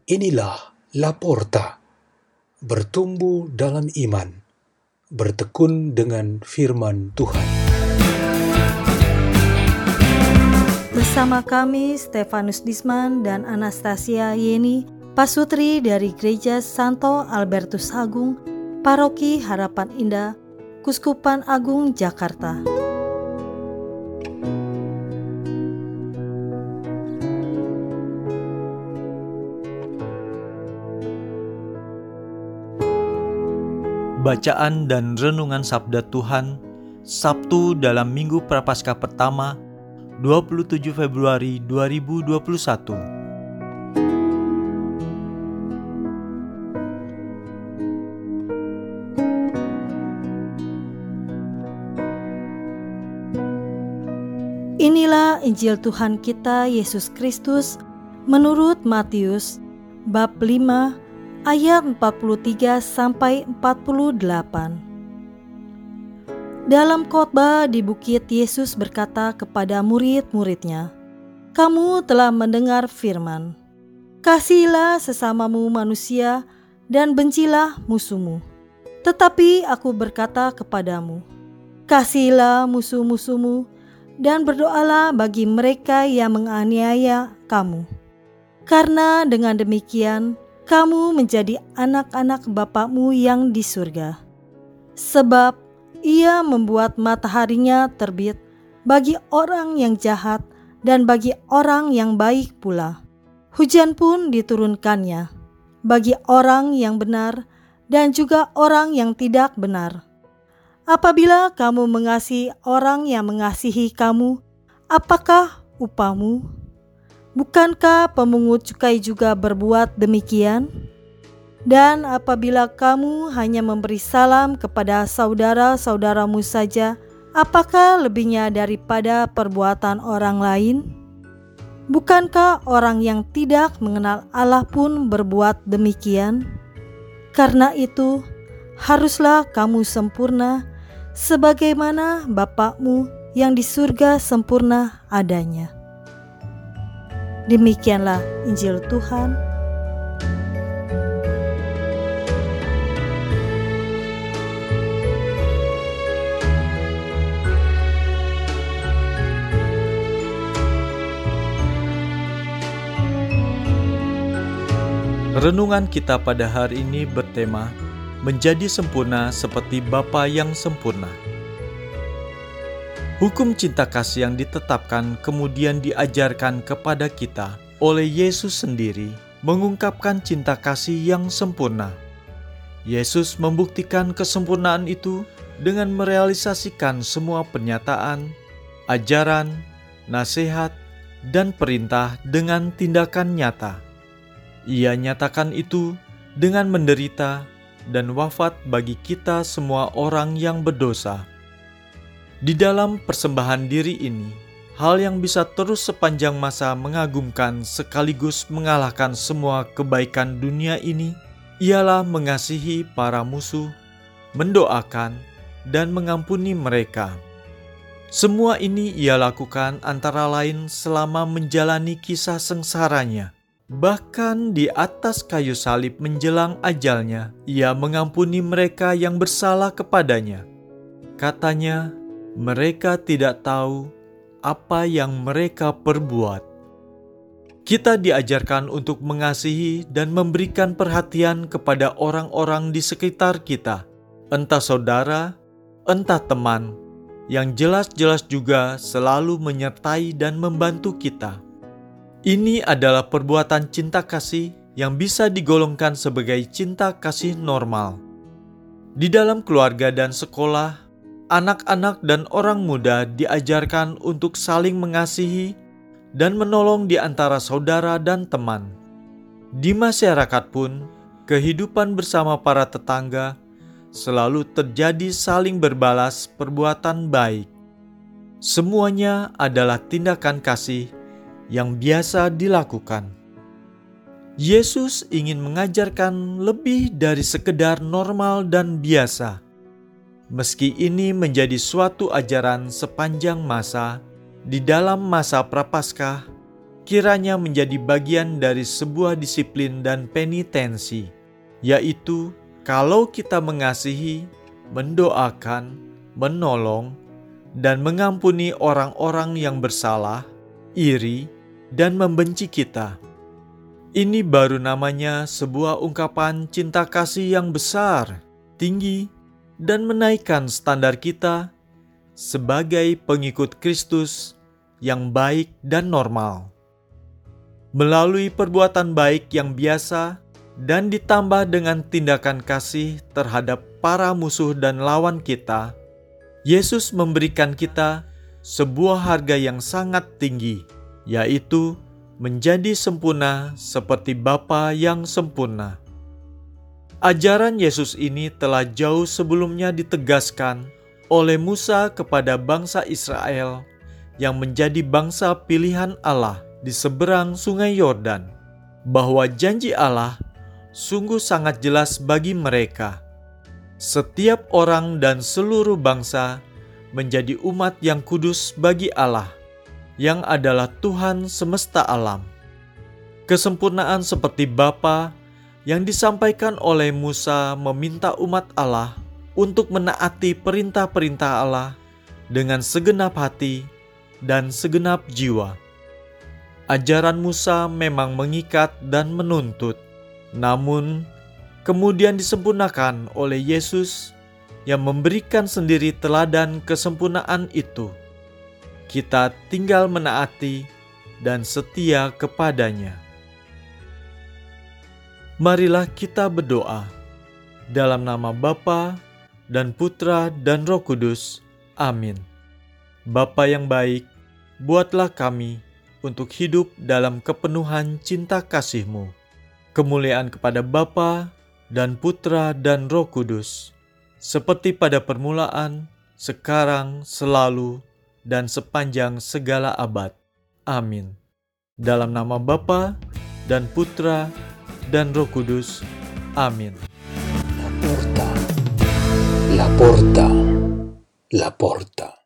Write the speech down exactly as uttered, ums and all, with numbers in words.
Inilah Laporta, bertumbuh dalam iman, bertekun dengan firman Tuhan. Bersama kami Stefanus Disman dan Anastasia Yeni, pasutri dari Gereja Santo Albertus Agung, Paroki Harapan Indah, Kuskupan Agung Jakarta. Bacaan dan Renungan Sabda Tuhan, Sabtu dalam Minggu Prapaskah pertama, dua puluh tujuh Februari dua ribu dua puluh satu. Inilah Injil Tuhan kita Yesus Kristus menurut Matius bab lima ayat empat puluh tiga sampai empat puluh delapan. Dalam khotbah di bukit, Yesus berkata kepada murid-muridnya, "Kamu telah mendengar firman, kasihilah sesamamu manusia dan bencilah musuhmu. Tetapi aku berkata kepadamu, kasihilah musuh-musuhmu dan berdoalah bagi mereka yang menganiaya kamu. Karena dengan demikian, kamu menjadi anak-anak Bapa-Mu yang di surga. Sebab Ia membuat mataharinya terbit bagi orang yang jahat dan bagi orang yang baik pula. Hujan pun diturunkannya bagi orang yang benar dan juga orang yang tidak benar. Apabila kamu mengasihi orang yang mengasihi kamu, apakah upahmu? Bukankah pemungut cukai juga berbuat demikian? Dan apabila kamu hanya memberi salam kepada saudara-saudaramu saja, apakah lebihnya daripada perbuatan orang lain? Bukankah orang yang tidak mengenal Allah pun berbuat demikian? Karena itu, haruslah kamu sempurna, sebagaimana Bapa-Mu yang di surga sempurna adanya." Demikianlah Injil Tuhan. Renungan kita pada hari ini bertema menjadi sempurna seperti Bapa yang sempurna. Hukum cinta kasih yang ditetapkan kemudian diajarkan kepada kita oleh Yesus sendiri mengungkapkan cinta kasih yang sempurna. Yesus membuktikan kesempurnaan itu dengan merealisasikan semua pernyataan, ajaran, nasihat, dan perintah dengan tindakan nyata. Ia nyatakan itu dengan menderita dan wafat bagi kita semua orang yang berdosa. Di dalam persembahan diri ini, hal yang bisa terus sepanjang masa mengagumkan sekaligus mengalahkan semua kebaikan dunia ini, ialah mengasihi para musuh, mendoakan, dan mengampuni mereka. Semua ini ia lakukan antara lain selama menjalani kisah sengsaranya. Bahkan di atas kayu salib menjelang ajalnya, ia mengampuni mereka yang bersalah kepadanya. Katanya, mereka tidak tahu apa yang mereka perbuat. Kita diajarkan untuk mengasihi dan memberikan perhatian kepada orang-orang di sekitar kita, entah saudara, entah teman, yang jelas-jelas juga selalu menyertai dan membantu kita. Ini adalah perbuatan cinta kasih yang bisa digolongkan sebagai cinta kasih normal. Di dalam keluarga dan sekolah, anak-anak dan orang muda diajarkan untuk saling mengasihi dan menolong di antara saudara dan teman. Di masyarakat pun, kehidupan bersama para tetangga selalu terjadi saling berbalas perbuatan baik. Semuanya adalah tindakan kasih yang biasa dilakukan. Yesus ingin mengajarkan lebih dari sekedar normal dan biasa. Meski ini menjadi suatu ajaran sepanjang masa, di dalam masa Prapaskah, kiranya menjadi bagian dari sebuah disiplin dan penitensi, yaitu kalau kita mengasihi, mendoakan, menolong, dan mengampuni orang-orang yang bersalah, iri, dan membenci kita. Ini baru namanya sebuah ungkapan cinta kasih yang besar, tinggi, dan menaikkan standar kita sebagai pengikut Kristus yang baik dan normal. Melalui perbuatan baik yang biasa dan ditambah dengan tindakan kasih terhadap para musuh dan lawan kita, Yesus memberikan kita sebuah harga yang sangat tinggi, yaitu menjadi sempurna seperti Bapa yang sempurna. Ajaran Yesus ini telah jauh sebelumnya ditegaskan oleh Musa kepada bangsa Israel yang menjadi bangsa pilihan Allah di seberang Sungai Yordan, bahwa janji Allah sungguh sangat jelas bagi mereka. Setiap orang dan seluruh bangsa menjadi umat yang kudus bagi Allah, yang adalah Tuhan semesta alam. Kesempurnaan seperti Bapa yang disampaikan oleh Musa meminta umat Allah untuk menaati perintah-perintah Allah dengan segenap hati dan segenap jiwa. Ajaran Musa memang mengikat dan menuntut, namun kemudian disempurnakan oleh Yesus yang memberikan sendiri teladan kesempurnaan itu. Kita tinggal menaati dan setia kepadanya. Marilah kita berdoa dalam nama Bapa dan Putra dan Roh Kudus. Amin. Bapa yang baik, buatlah kami untuk hidup dalam kepenuhan cinta kasih-Mu. Kemuliaan kepada Bapa dan Putra dan Roh Kudus, seperti pada permulaan, sekarang, selalu, dan sepanjang segala abad. Amin. Dalam nama Bapa dan Putra dan Roh Kudus. Amin. La porta, la porta, la porta.